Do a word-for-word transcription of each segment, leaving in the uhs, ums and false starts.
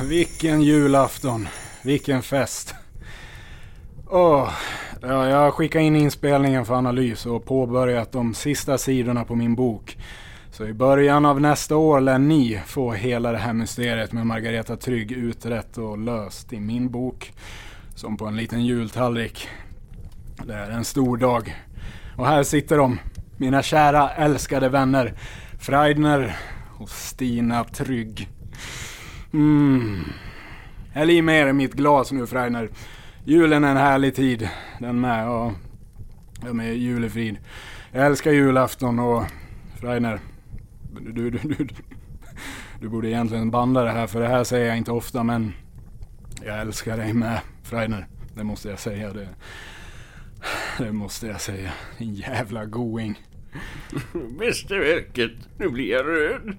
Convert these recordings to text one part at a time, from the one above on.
vilken julafton. Vilken fest. Åh, ja, jag har skickat in inspelningen för analys och påbörjat de sista sidorna på min bok. Så i början av nästa år lär ni få hela det här mysteriet med Margareta Trygg utrett och löst i min bok. Som på en liten jultallrik. Det är en stor dag. Och här sitter de, mina kära älskade vänner. Freidner och Stina Trygg. Mm. Häll i mer i mitt glas nu, Freidner. Julen är en härlig tid. Den med, ja. Jag med julefrid. Jag älskar julafton och Freidner. Du, du, du, du, du borde egentligen banda det här, för det här säger jag inte ofta, men jag älskar dig med, Freidner. Det måste jag säga. Det, det måste jag säga. En jävla going. Mästerverket, nu blir jag röd.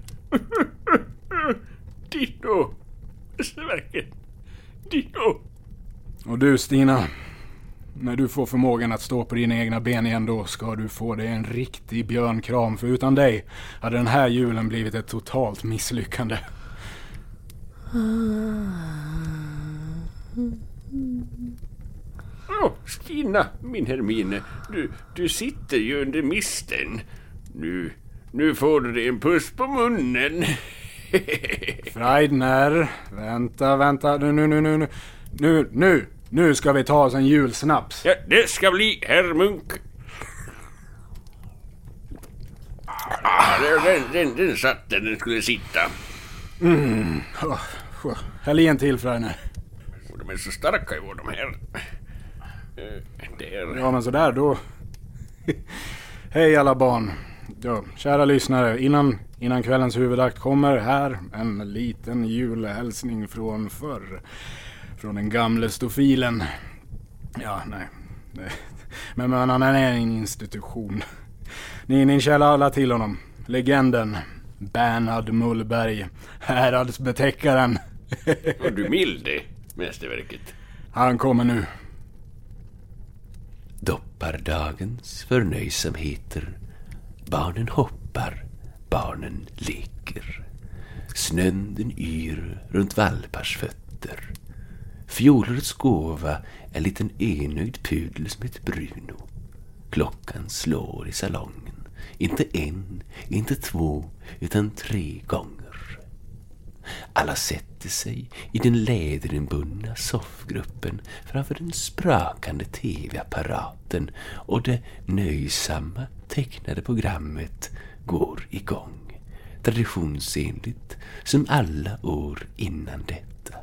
Ditto. Mästerverket. Ditto. Och du, Stina, när du får förmågan att stå på dina egna ben igen, då ska du få dig en riktig björnkram. För utan dig hade den här julen blivit ett totalt misslyckande. Åh, oh, Stina, min Hermine, du, du sitter ju under misten. Nu, nu får du dig en puss på munnen. Freidner, vänta, vänta, nu, nu, nu, nu, nu, nu, nu ska vi ta oss en julsnaps. Ja, det ska bli herr Munk. Ah, den, den, den satt där den skulle sitta. Mm. Oh, oh. Häll i en till, Freidner. De är så starka i vår, de här. Där. Ja, men så där då. Hej alla barn. Ja, kära lyssnare, innan, innan kvällens huvudakt kommer här en liten julhälsning från förr. Från den gamle stofilen. Ja, nej. nej. Men, men han är en institution. Ni, ni känner alla till honom. Legenden. Bernhard Mullberg. Häradsbetäckaren. Och du milde, mästerverket. Han kommer nu. Doppardagens förnöjsamheter. Barnen hoppar, barnen leker. Snön den yr runt valpars fötter. Fjolårets gåva, en liten enögd pudel som heter Bruno. Klockan slår i salongen. Inte en, inte två, utan tre gånger. Alla sätter sig i den läderinbundna soffgruppen framför den sprakande tv-apparaten och det nöjsamma tecknade programmet går igång. Traditionsenligt som alla år innan detta.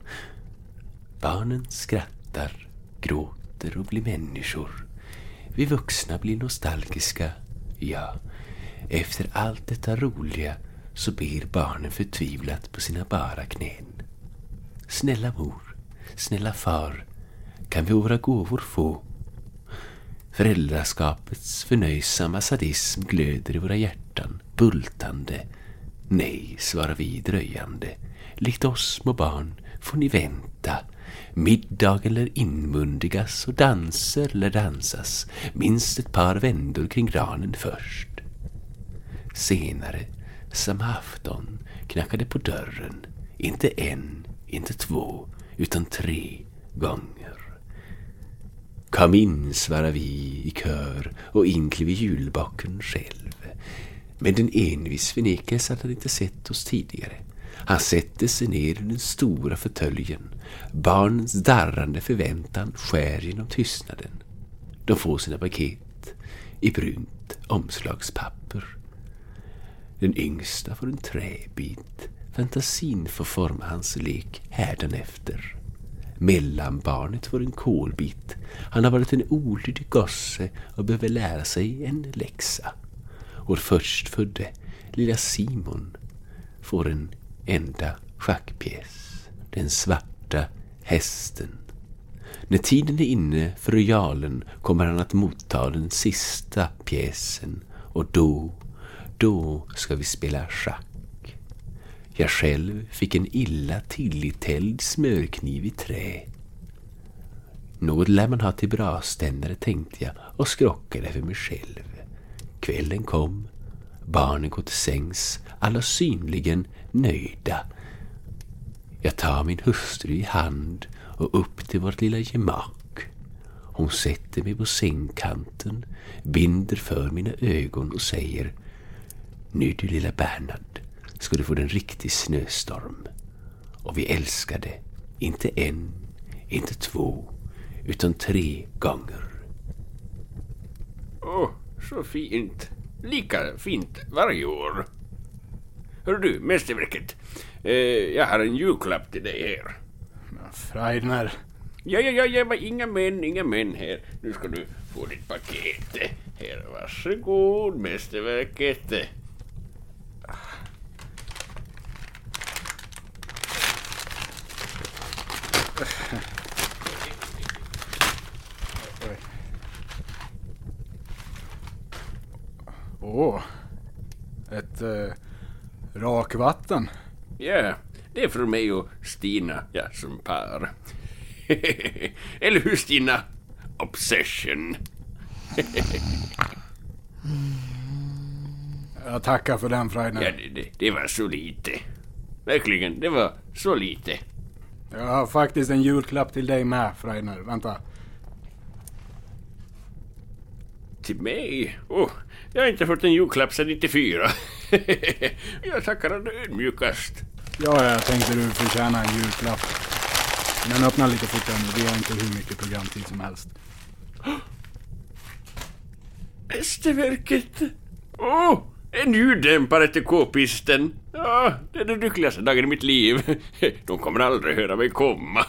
Barnen skrattar, gråter och blir människor. Vi vuxna blir nostalgiska. Ja, efter allt detta roliga så ber barnen förtvivlat på sina bara knän. Snälla mor, snälla far, kan vi våra gåvor få? Föräldraskapets förnöjsamma sadism glöder i våra hjärtan, bultande. Nej, svarar vi dröjande. Likt oss små barn får ni vänta. Middagen lär inmundigas och danser lär dansas. Minst ett par vändor kring granen först. Senare, samma afton, knackade på dörren. Inte en, inte två, utan tre gånger. Kom in, svarar vi i kör och in klev julbocken själv. Men den envis förnekelse hade han inte sett oss tidigare. Han sätter sig ner i den stora förtöljen. Barnens darrande förväntan skär genom tystnaden. De får sina paket i brunt omslagspapper. Den yngsta får en träbit. Fantasin får forma hans lek härdanefter. Mellanbarnet får en kolbit. Han har varit en olydig gosse och behöver lära sig en läxa. Vår förstfödde, lilla Simon, får en enda schackpjäs. Den svarta hästen. När tiden är inne för royalen kommer han att motta den sista pjäsen. Och då, då ska vi spela schack. Jag själv fick en illa tillitälld smörkniv i trä. Något lär man ha till braständare, tänkte jag och skrockade för mig själv. Kvällen kom, barnen går till sängs, alla synligen nöjda. Jag tar min hustru i hand och upp till vårt lilla gemak. Hon sätter mig på sängkanten, binder för mina ögon och säger: nu du lilla Bernhard ska du få den riktig snöstorm. Och vi älskade inte en, inte två, utan tre gånger. Åh, oh, så fint. Lika fint varje år. Hör du, mästerverket. Eh, jag har en julklapp till dig här. Freidner. Ja, ja, ja, ja, inga män, inga män här. Nu ska du få ditt paket. Här, varsågod, mästerverket. Åh, oh, ett eh, rakvatten. Ja, det är för mig och Stina, ja, som par. Eller hur, Stina? Obsession. Jag tackar för den, Freidner. Ja, det, det, det var så lite. Verkligen, det var så lite. Jag har faktiskt en julklapp till dig med, Freidner. Vänta. Till mig? Oh, jag har inte fått en julklapp sedan nittiofyra. Jag tackar den ödmjukast. Ja, jag tänkte du förtjänar en julklapp. Men öppna lite fortare, vi har inte hur mycket programtid som helst. Mästerverket! Åh, oh, en ljuddämpare till k-pisten. Ja, det är den lyckligaste dagen i mitt liv. De kommer aldrig höra mig komma.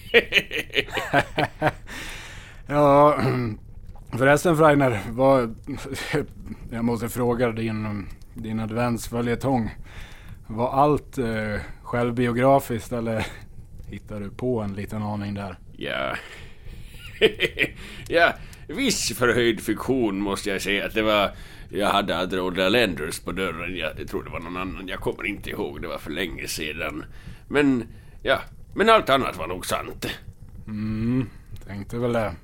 Ja, förresten, Freidner, vad... jag måste fråga din, din adventsföljetong. Var allt eh, självbiografiskt eller hittar du på en liten aning där? Ja. Ja, viss förhöjd fiktion måste jag säga att det var. Jag hade Adroda Landers på dörren. Jag tror det var någon annan. Jag kommer inte ihåg, det var för länge sedan. Men, ja, men allt annat var nog sant. Mm, tänkte väl det.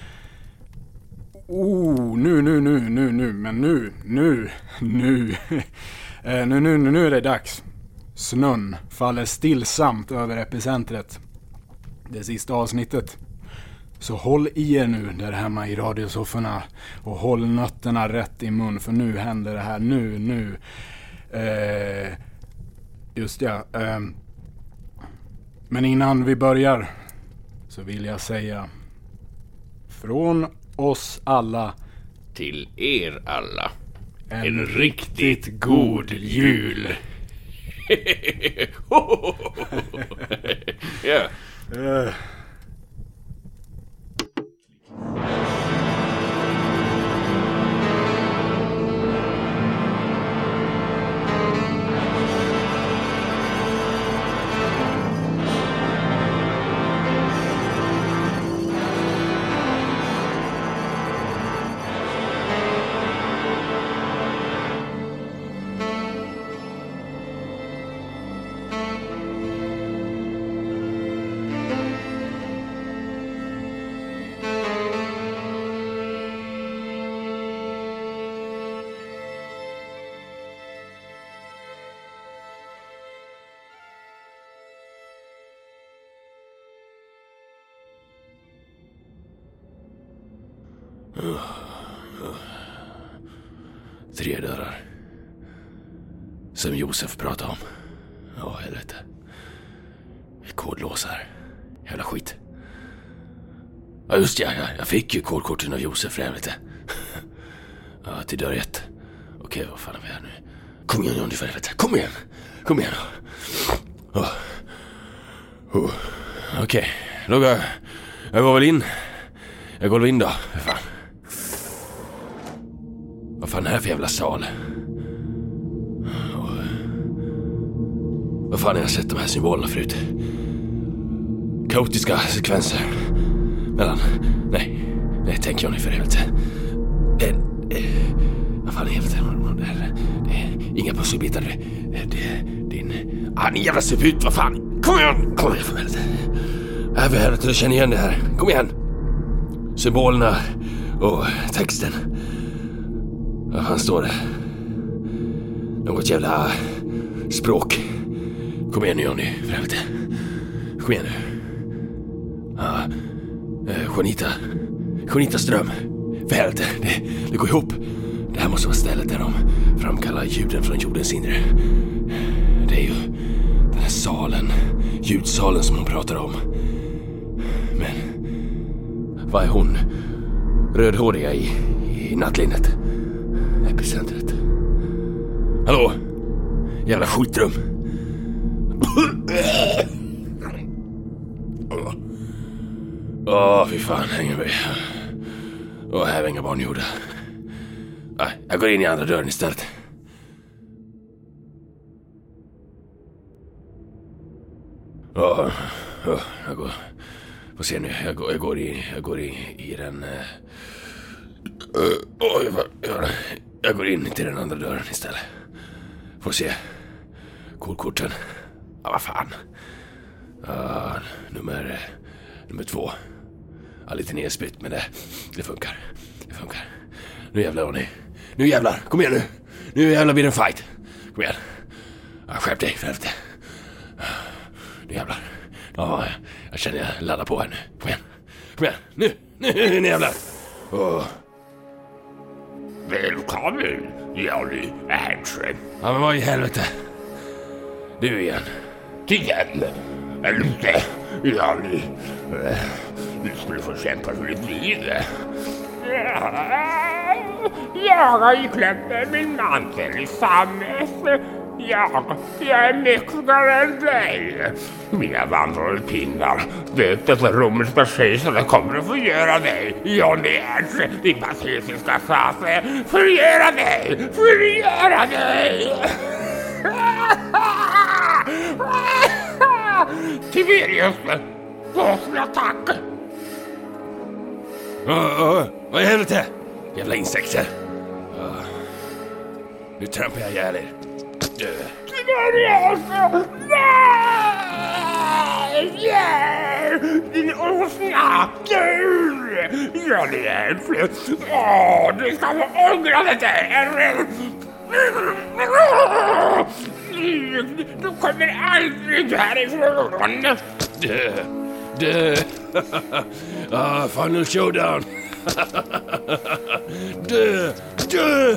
Oh, nu, nu, nu, nu, nu, men nu, nu, nu. eh, nu, nu, nu är det dags. Snön faller stillsamt över epicentret. Det sista avsnittet. Så håll i er nu där hemma i radiosofforna och håll nötterna rätt i mun, för nu händer det här. Nu, nu. Eh, just ja. Eh, men innan vi börjar så vill jag säga från oss alla till er alla en, en riktigt god jul. Ja. Uh. Tre dörrar. Som Josef pratade om. Ja, helvete. Kodlåsar. Jävla skit. Ja, just ja, ja. Jag fick ju kodkorten av Josef, helvete. Ja, till dörr ett. Okej, vad fan är vi här nu? Kom igen, Johnny, för helvete. Kom igen. Kom igen. Oh. Oh. Okej, då går jag. Jag går väl in. Jag går väl in då, för fan. Vad fan är det här för jävla sal? Oh. Vad fan har jag sett de här symbolerna förut? Kaotiska sekvenser. Mellan... Nej, nej, tänk Johnny, för helvete. Eh, eh, vad fan är helvete? Det är, det är inga pusselbitar. Det är, det är din... Ah, ni jävla suput, vad fan! Kom igen! Kom igen, för helvete. Jag är helvete, du känner igen det här. Kom igen! Symbolerna och texten. Vad fan står det? Något jävla språk. Kom igen nu, Johnny, för helvete. Kom igen nu. Ah, eh, Juanita. Juanita Ström. För helvete, det, det går ihop. Det här måste vara stället där de framkallar ljuden från jordens inre. Det är ju den här salen, ljudsalen som hon pratar om. Men vad är hon? Rödhåriga i, i nattlinnet. Epicentret. Hallå? Jävla skitrum. Åh, oh, fy fan, hänger med. Åh, oh, här är inga barn gjorda. Nej, jag går in i andra dörren istället. Åh, oh, oh, jag går... Får se nu, jag går, jag går, i, jag går i, i den... Åh, uh, uh, jag, jag går in till den andra dörren istället. Får se. Kodkorten. Ja, vad fan. Uh, nummer... Nummer två. Ja, lite nedspytt, men det, det funkar. Det funkar. Nu jävlar, Ronny. Nu jävlar, kom igen nu. Nu jävlar blir det en fight. Kom igen. Ja, skärp dig, för helvete. Nu jävlar. Ja, jag känner jag laddar på här nu. Kom igen. Kom igen. Nu, nu, nu jävlar. Oh. Välkommen, Johnny Hansen. Ja, men vad i helvete? Du igen. Igen. Eller inte, Johnny. Du skulle få kämpa för ditt liv. Jag har ju klämt min mantel i sammet. Jag, jag är mäktigare än dig. Mina vandringspinnar döpta till romerska kejsare kommer att förgöra dig. Johnny Hansen, din patetiska fase. Förgöra dig! Förgöra dig! Tiberius, attack! Åh, åh, vad i helvete? Jävla insekter. Åh. Nu trampar jag ihjäl er. Tiberius! Nej! Nej! Din åsna! Du! Johnny Hansen! Åh, du ska få ångra dig! Du kommer aldrig härifrån! Dö! Dö! Ah, final showdown! Dö! Dö!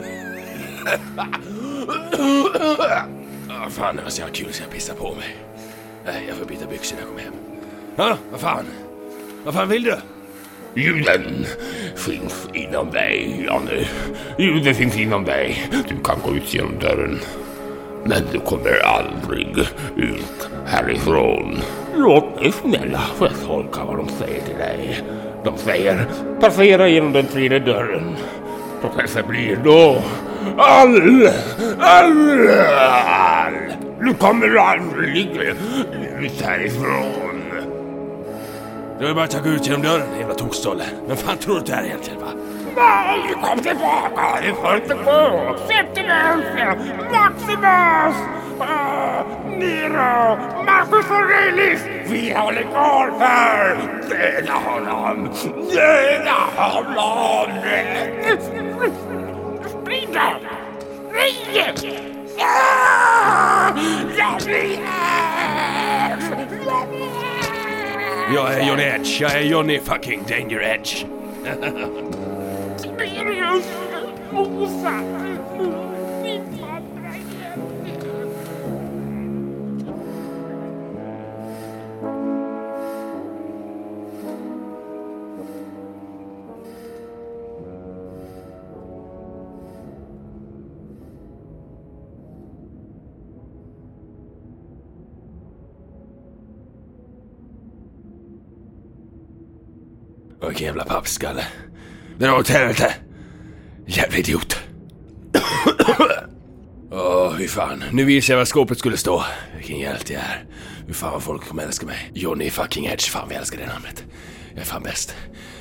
Ah, fan, det var så jävla kul så jag pissar på mig. Nej, jag får byta byxor när jag kommer hem. Ja, ah, vad fan? Vad fan vill du? Ljuden finns inom dig, Johnny. Ljuden finns inom dig. Du kan gå ut genom dörren. Men du kommer aldrig ut härifrån. Låt mig snälla för att tolka vad de säger till dig. De säger, passera genom den tredje dörren. Processen blir då all, all, all. Du kommer aldrig ut härifrån. Du har bara tagit ut genom dörren, jävla tokstolle. Men fan tror du det här egentligen, va? Nej, kom tillbaka! Du får inte gå! Septimus! Maximus! Uh, Nero! Marcus Aurelius! Vi håller kvar för! Döda honom! Döda honom! Sprid dig! Nej! Jag blir Jag är Johnny Edge. Jag är Johnny fucking Danger Edge. Tiberius! Mosa! Vilken jävla pappskalle. Dra åt helvete. Jävla idiot. Åh, oh, hur fan. Nu visar jag vad skåpet skulle stå. Vilken hjälte jag är. Hur fan vad folk kommer älska mig. Johnny fucking Edge. Fan vi älskar det namnet. Jag är fan bäst.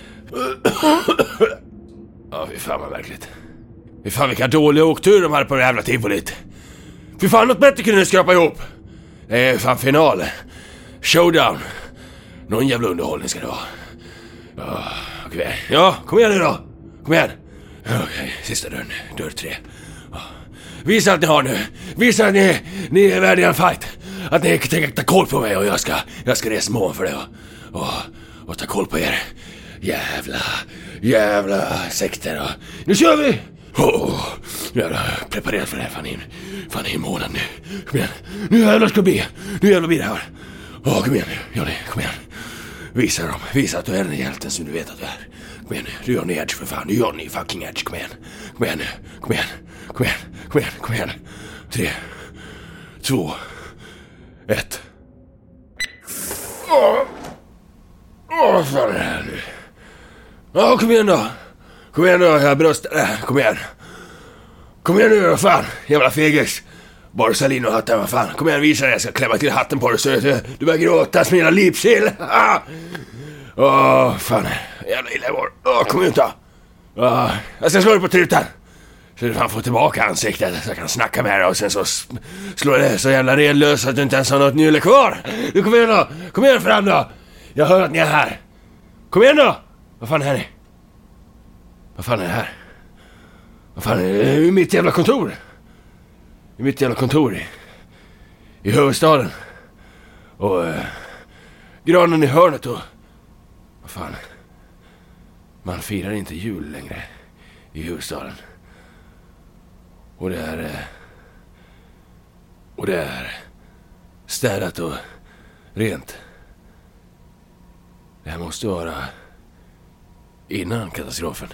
Ja, oh, hur fan vad verkligt. Hur fan vilka dåliga åkturer de hade på det jävla tivolit. Hur fan något bättre kunde ni skrapa ihop. Det är fan final. Showdown. Någon jävla underhållning ska det vara. Oh, okej. Okay. Ja, kom igen nu då. Kom igen. Okej, okay. Sista dörren. Dörr tre. Oh. Visa att ni har nu. Visa att ni, ni är värdiga en fight. att ni tänker ta koll på mig och jag ska, jag ska resa mån för det och, och, och ta koll på er. Jävla, jävla sekter. Och, nu kör vi! Oh, jävla preparerat för det här. Fan in, fan in månaden nu. Kom igen. Nu jävlar ska det bli. Nu jävlar blir det här. Åh, oh, kom igen nu. Johnny, kom igen. Visa dem. Visa att du är den hjälten som du vet att du är. Kom igen nu. Du är Johnny Edge för fan. Du är Johnny fucking Edge. Kom igen. Kom igen nu. Kom igen. Kom igen. Kom igen. Kom igen. Tre. Två. Ett. Åh. Åh, vad fan är det här nu? Ja, kom igen då. Kom igen då, jag bröstar. Äh, kom igen. Kom igen nu, vad fan. Jävla fegis. Bara Salin och hatten, vad fan. Kom igen, visa dig. Jag ska klämma till hatten på dig så du, du börjar gråta som hela lipsill. Åh, oh, fan. Jävla illa i vår. Åh, kom ut då. Oh, jag ska slå dig på trutan. Så du fan får tillbaka ansiktet så jag kan snacka med dig och sen så slår det så jävla redlös att du inte ens har något nylle kvar. Du kom igen då. Kom igen fram då. Jag hör att ni är här. Kom igen då. Vad fan är ni? Vad fan är det här? Vad fan är det? Det är ju mitt jävla kontor. Det är mitt jävla kontor i, i huvudstaden. Och eh, granen i hörnet och... Vad fan? Man firar inte jul längre i huvudstaden. Och det är... Eh, och det är städat och rent. Det här måste vara innan katastrofen.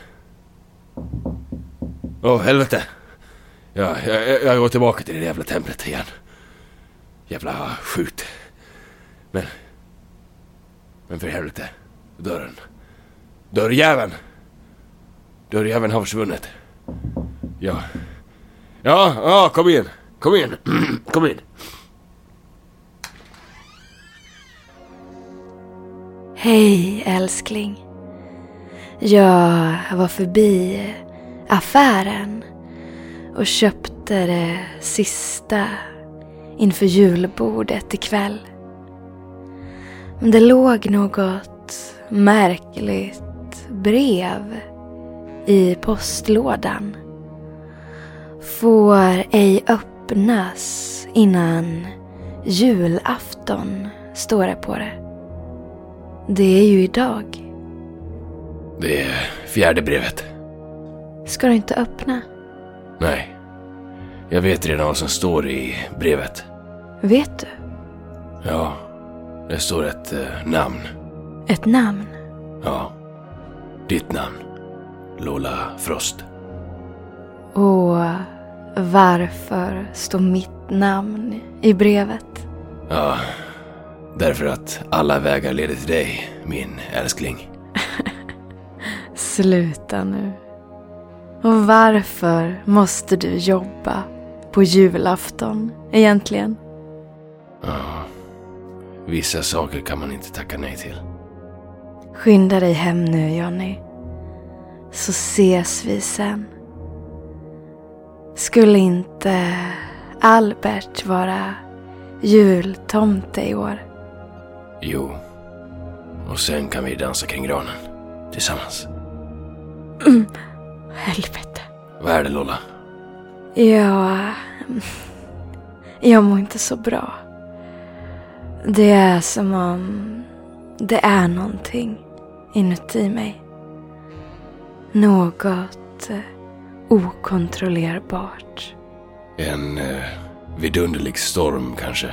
Åh, oh, helvete. Ja, jag, jag går tillbaka till det jävla templet igen. Jävla skjut. Men... Men för helvete. Dörren. Dörrjäveln. Dörrjäveln har försvunnit. Ja. Ja, ja, kom in. Kom in. Kom in. Hej, älskling. Jag var förbi affären och köpte det sista inför julbordet ikväll. Men det låg något märkligt brev i postlådan. Får ej öppnas innan julafton, står det på det. Det är ju idag. Det är fjärde brevet. Ska du inte öppna? Nej. Jag vet redan vad som står i brevet. Vet du? Ja. Det står ett eh, namn. Ett namn? Ja. Ditt namn. Lola Frost. Och varför står mitt namn i brevet? Ja. Därför att alla vägar leder till dig, min älskling. Sluta nu. Och varför måste du jobba på julafton egentligen? Ja. Vissa saker kan man inte tacka nej till. Skynda dig hem nu, Johnny. Så ses vi sen. Skulle inte Albert vara jultomte i år? Jo. Och sen kan vi dansa kring granen. Tillsammans. Mm. Helvete. Vad är det, Lola? Ja, jag mår inte så bra. Det är som om det är någonting inuti mig. Något okontrollerbart. En eh, vidunderlig storm kanske.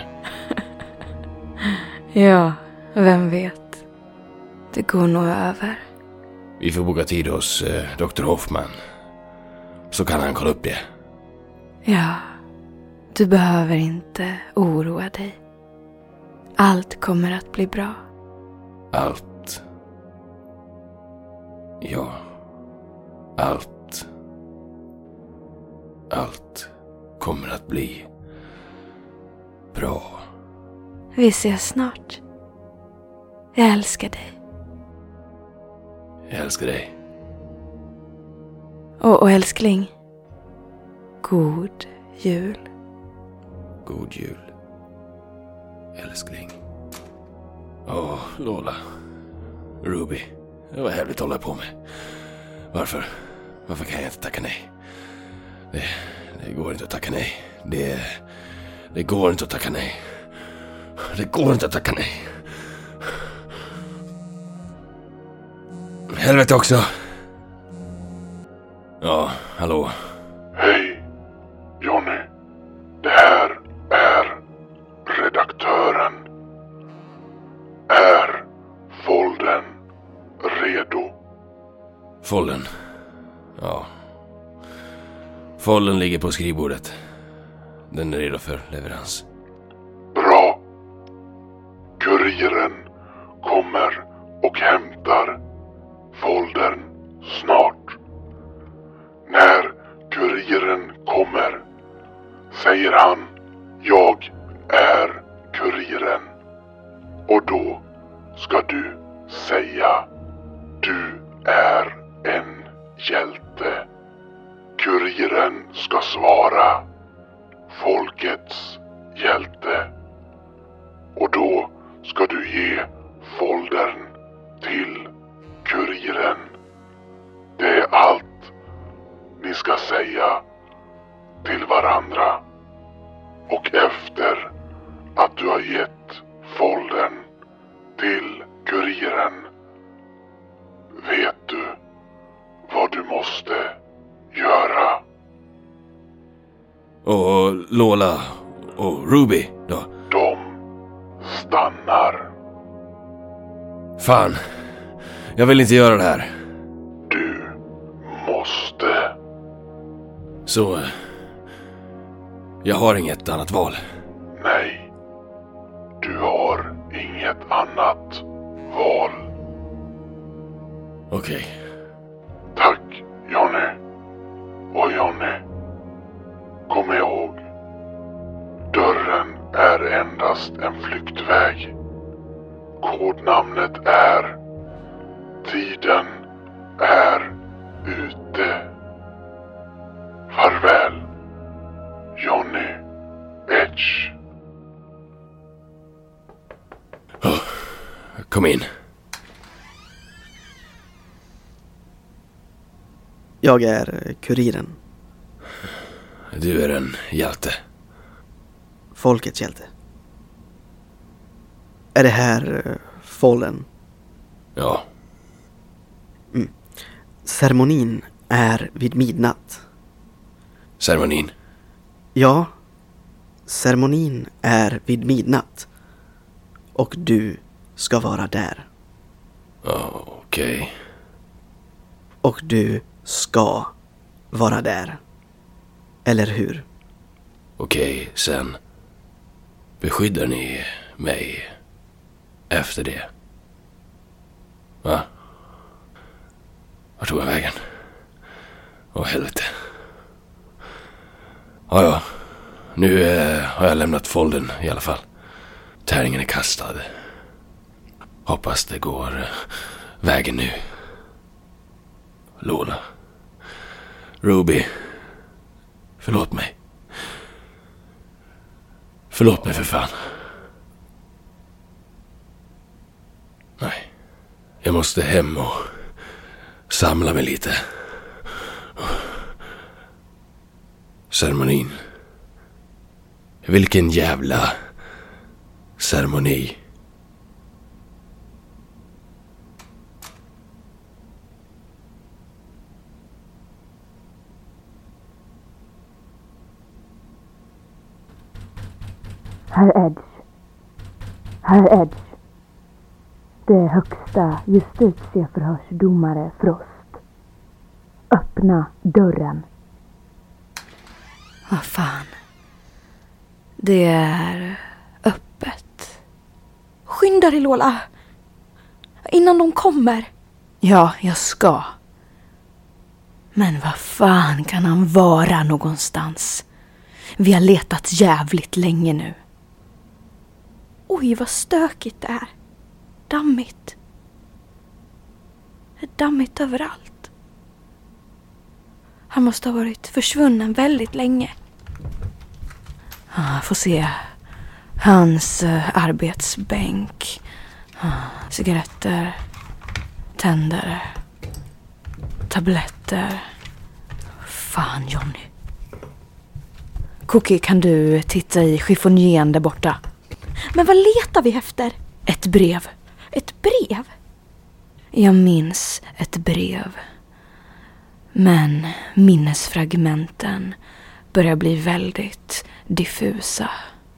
Ja, vem vet. Det går nog över. Vi får boka tid hos eh, doktor Hoffman. Så kan han kolla upp det. Ja, du behöver inte oroa dig. Allt kommer att bli bra. Allt. Ja. Allt. Allt kommer att bli bra. Vi ses snart. Jag älskar dig. Jag älskar dig. Och, och älskling. God jul. God jul. Älskling. Åh, Lola. Ruby. Det var härligt att hålla på med. Varför? Varför kan jag inte tacka nej? Det, det går inte att tacka nej. Det, det går inte att tacka nej. Det går inte att tacka nej. Helvete också. Ja, hallå. Hej, Johnny. Det här är redaktören. Är folden redo? Folden. Ja. Folden ligger på skrivbordet. Den är redo för leverans. Bra. Kuriren kommer och hämtar foldern snart. När kuriren kommer säger han: jag är kuriren. Och då ska du säga: du är en hjälte. Kuriren ska svara: folkets hjälte. Och då ska du ge foldern till kuriren. Det är allt ni ska säga till varandra. Och efter att du har gett foldern till kuriren vet du vad du måste göra. Och Lola och Ruby då? De stannar. Fan. Jag vill inte göra det här. Du måste. Så... jag har inget annat val. Nej. Du har inget annat val. Okej. Tack, Johnny. Och Johnny, kom ihåg. Dörren är endast en flyktväg. Kodnamnet är tiden är ute. Farväl, Johnny Edge. Oh, kom in. Jag är kuriren. Du är en hjälte. Folkets hjälte. Är det här uh, folden? Ja. Mm. Ceremonin är vid midnatt. Ceremonin? Ja. Ceremonin är vid midnatt. Och du ska vara där. Oh, okej. Okay. Och du ska vara där. Eller hur? Okej, okay, sen beskyddar ni mig efter det. Va? Vart tog jag vägen? Åh, helvete. Ja, ja. Nu eh, har jag lämnat folden i alla fall. Tärningen är kastad. Hoppas det går eh, vägen nu. Lola. Ruby. Förlåt mig. Förlåt mig för fan. Nej. Jag måste hem och samla mig lite. Ceremonin. Vilken jävla ceremoni. Herr Edge. Herr Edge. Det är högsta justitieförhörsdomare Frost. Öppna dörren. Vad fan. Det är öppet. Skynda dig, Lola. Innan de kommer. Ja, jag ska. Men vad fan kan han vara någonstans? Vi har letat jävligt länge nu. Oj, vad stökigt det är. Dammigt. Det är dammigt överallt. Han måste ha varit försvunnen väldigt länge. Ah, får se. Hans uh, arbetsbänk. Ah, cigaretter. Tänder. Tabletter. Fan, Johnny. Cookie, kan du titta i chiffonjén där borta? Men vad letar vi efter? Ett brev. Ett brev? Jag minns ett brev. Men minnesfragmenten börjar bli väldigt diffusa.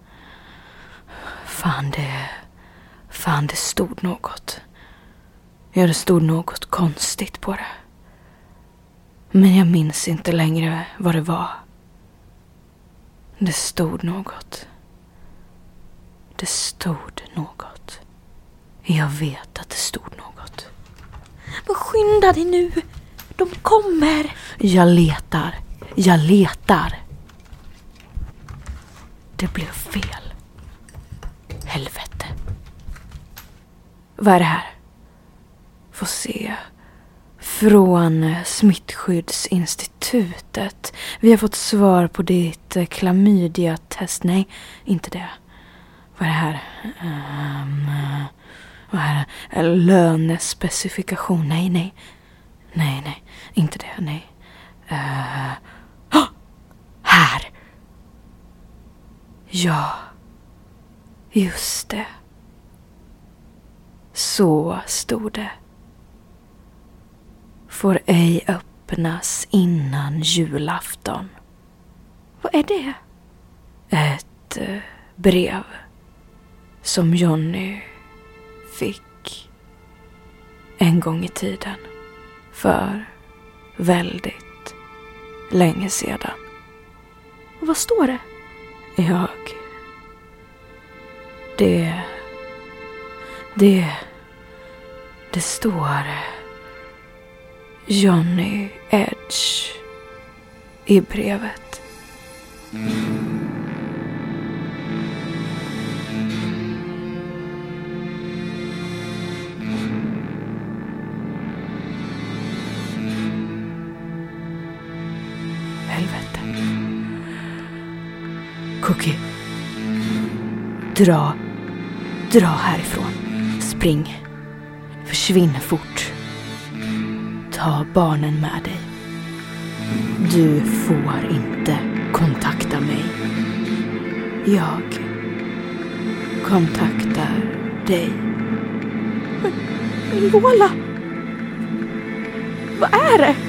Fan det... Fan det stod något. Ja, det stod något konstigt på det. Men jag minns inte längre vad det var. Det stod något. Det stod något. Jag vet att det stod något. Men skynda dig nu. De kommer. Jag letar. Jag letar. Det blev fel. Helvete. Vad är det här? Får se. Från Smittskyddsinstitutet. Vi har fått svar på ditt klamydia-test. Nej, inte det. Vad är det här? Um, vad är det? Lönespecifikation. Nej, nej. Nej, nej. Inte det. Nej. Uh, oh! Här. Ja. Just det. Så stod det. Får ej öppnas innan julafton. Vad är det? Ett eh, brev som Johnny fick en gång i tiden. För väldigt länge sedan. Och vad står det? Jag... Det... Det... Det står... Johnny Edge i brevet. Helvete. Cookie. Dra. Dra härifrån. Spring. Försvinn fort. Ta barnen med dig. Du får inte kontakta mig. Jag kontaktar dig. Men Lola! Vad är det?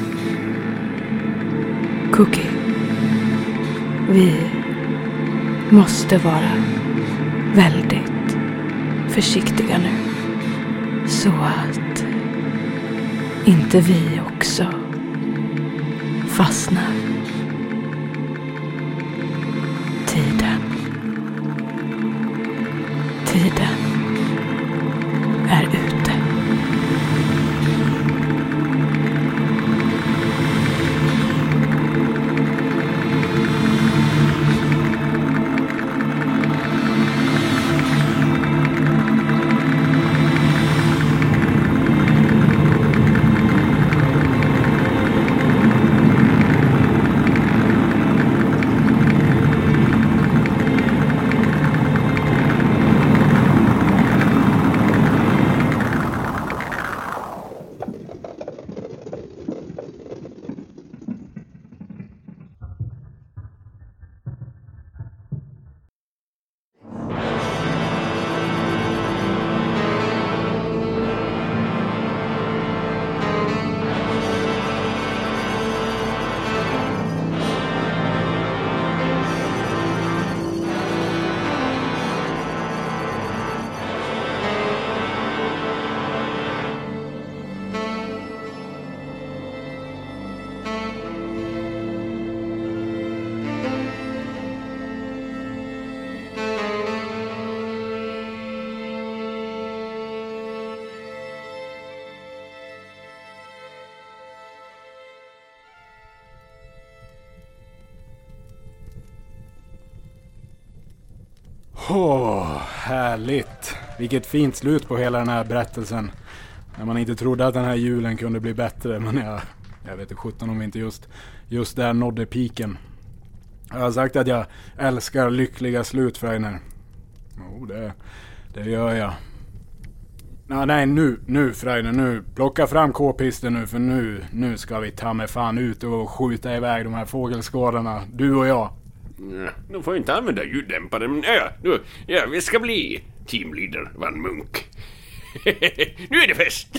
Cookie. Vi måste vara väldigt försiktiga nu. Så att inte vi också fastnar. Tiden. Tiden är ute. Åh, oh, härligt. Vilket fint slut på hela den här berättelsen. När man inte trodde att den här julen kunde bli bättre. Men jag, jag vet inte sjutton om vi inte just, just där nådde piken. Jag har sagt att jag älskar lyckliga slut, Freiner. Jo, oh, det, det gör jag. Nej, nej, nu, nu Freiner, nu. Plocka fram k-pisten nu, för nu, nu ska vi ta med fan ut och skjuta iväg de här fågelskådarna. Du och jag. Ja, nu får jag inte använda ljuddämpare, men ja, nu, ja, vi ska bli teamleader Van Munk. Nu är det fest!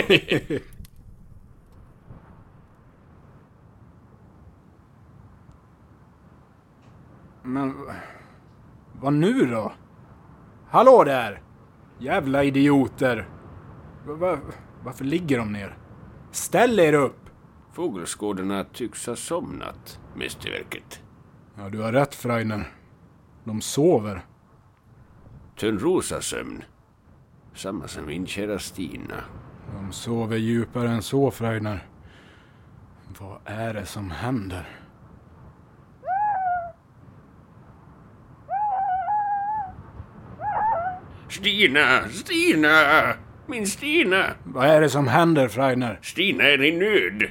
Men vad nu då? Hallå där! Jävla idioter! Va, va, varför ligger de ner? Ställ er upp! Fågelskådarna tycks ha somnat, mästerverket. Ja, du har rätt, Freiner. De sover. Törnrosa sömn. Samma som min kära Stina. De sover djupare än så, Freiner. Vad är det som händer? Stina! Stina! Min Stina! Vad är det som händer, Freiner? Stina är i nöd.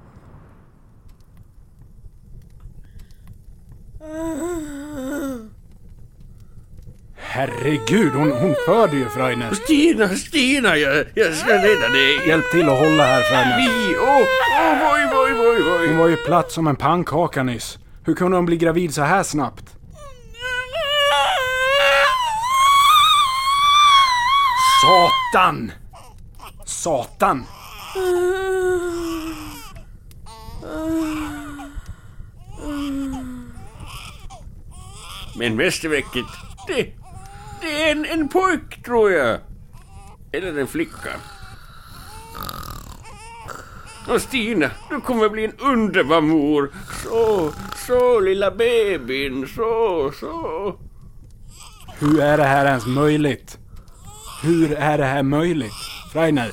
Herregud, hon, hon föder ju, Freiner. Stina, Stina, jag, jag ska rädda dig. Hjälp till att hålla här, Freiner. Vi, åh, åh, oj, oj, oj, oj. Hon var ju platt som en pannkaka nyss. Hur kunde hon bli gravid så här snabbt? Satan! Satan! Men mästerverket, det, det är en, en pojk, tror jag. Eller en flicka. Och Stina, du kommer bli en underbar mor. Så, så lilla bebin, så, så. Hur är det här ens möjligt? Hur är det här möjligt? Freiner?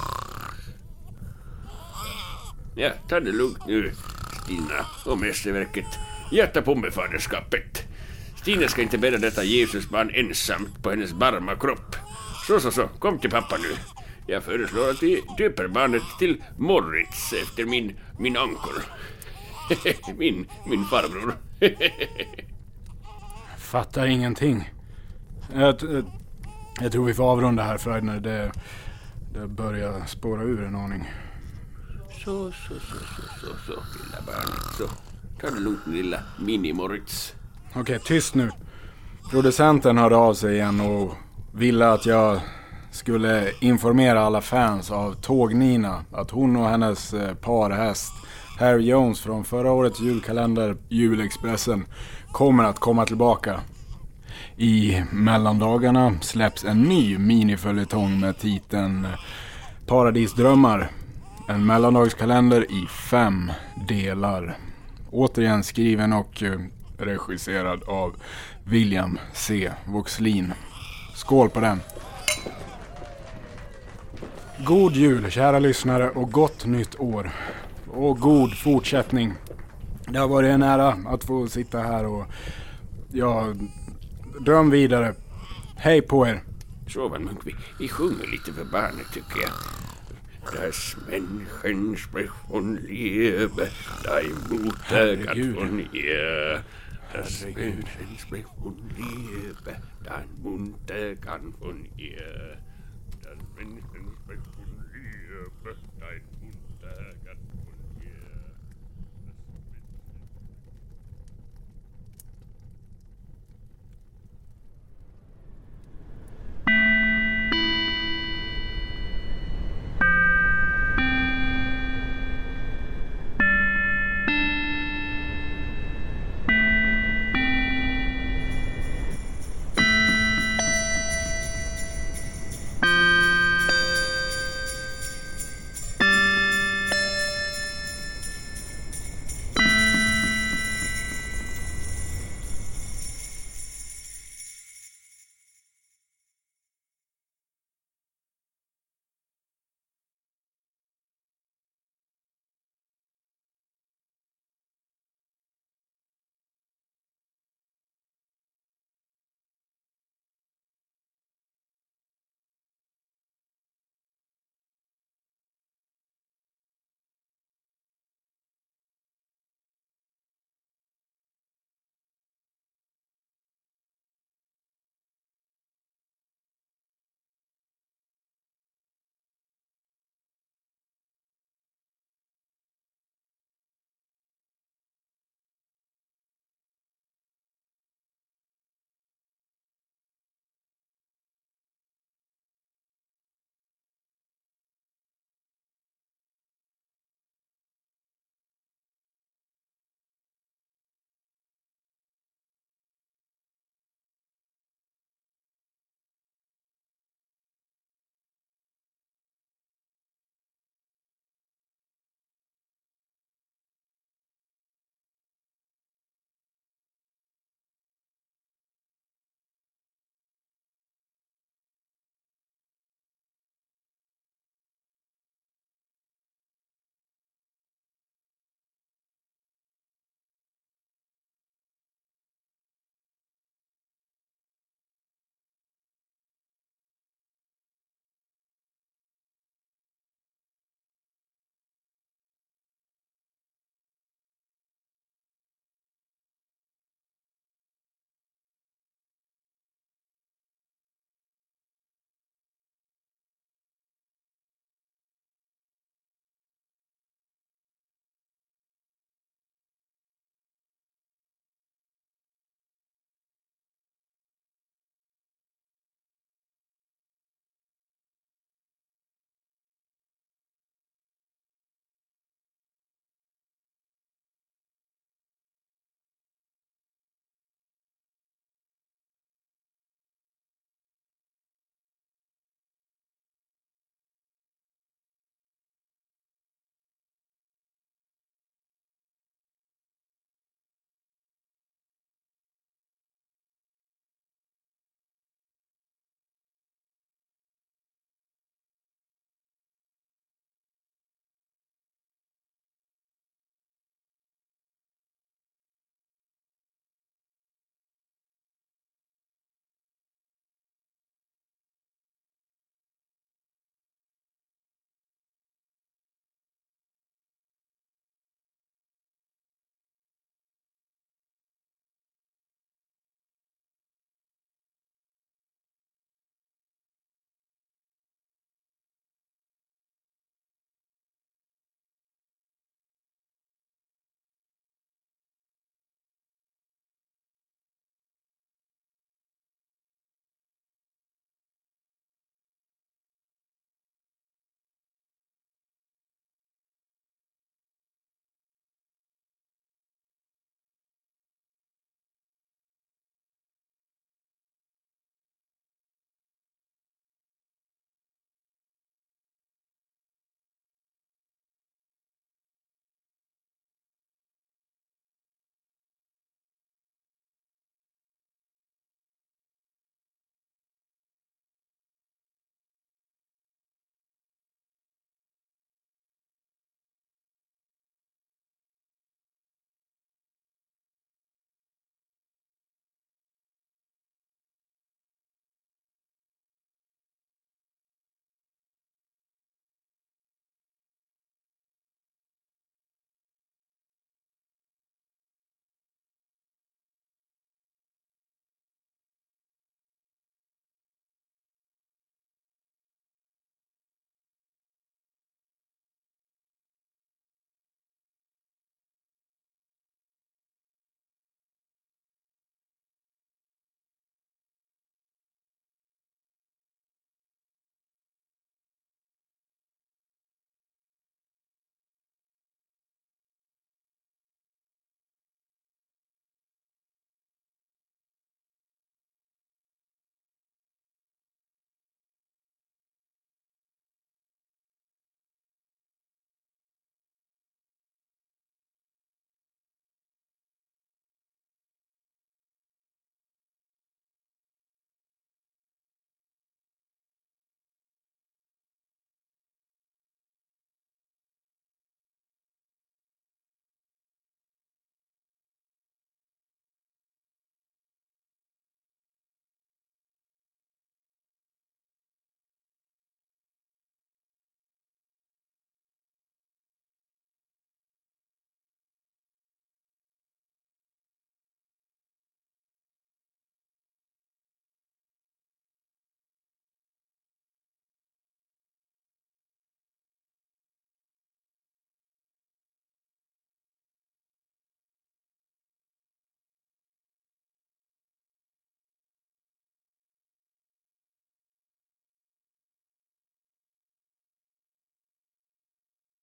Ja, ta det lugnt nu, Stina och mästerverket. Hjärta på med faderskapet. Stina ska inte bära detta Jesusbarn ensamt på hennes barma kropp. Så, så, så, kom till pappa nu. Jag föreslår att vi döper barnet till Moritz efter min, min ankor. min, min farbror. Fattar ingenting. Jag, jag tror vi får avrunda här, Freiner. Det, det börjar spåra ur en aning. Så, så, så, så, så, så, lilla barnet. Så, ta det lugnt, lilla mini-Moritz. Okej, tyst nu. Producenten hörde av sig igen och ville att jag skulle informera alla fans av Tåg-Nina att hon och hennes parhäst Harry Jones från förra årets julkalender Julexpressen kommer att komma tillbaka. I mellandagarna släpps en ny miniföljetong med titeln Paradisdrömmar. En mellandagskalender i fem delar. Återigen skriven och regisserad av William C. Voxlin. Skål på den! God jul, kära lyssnare, och gott nytt år. Och god fortsättning. Det har varit en ära att få sitta här och ja, dröm vidare. Hej på er! Så, Van Munk, vi, vi sjunger lite för barnet, tycker jag. Das Menschen spricht von Liebe, dein Mutter hat von ihr. Das Menschen spricht von Liebe, dein Mutter kann von ihr.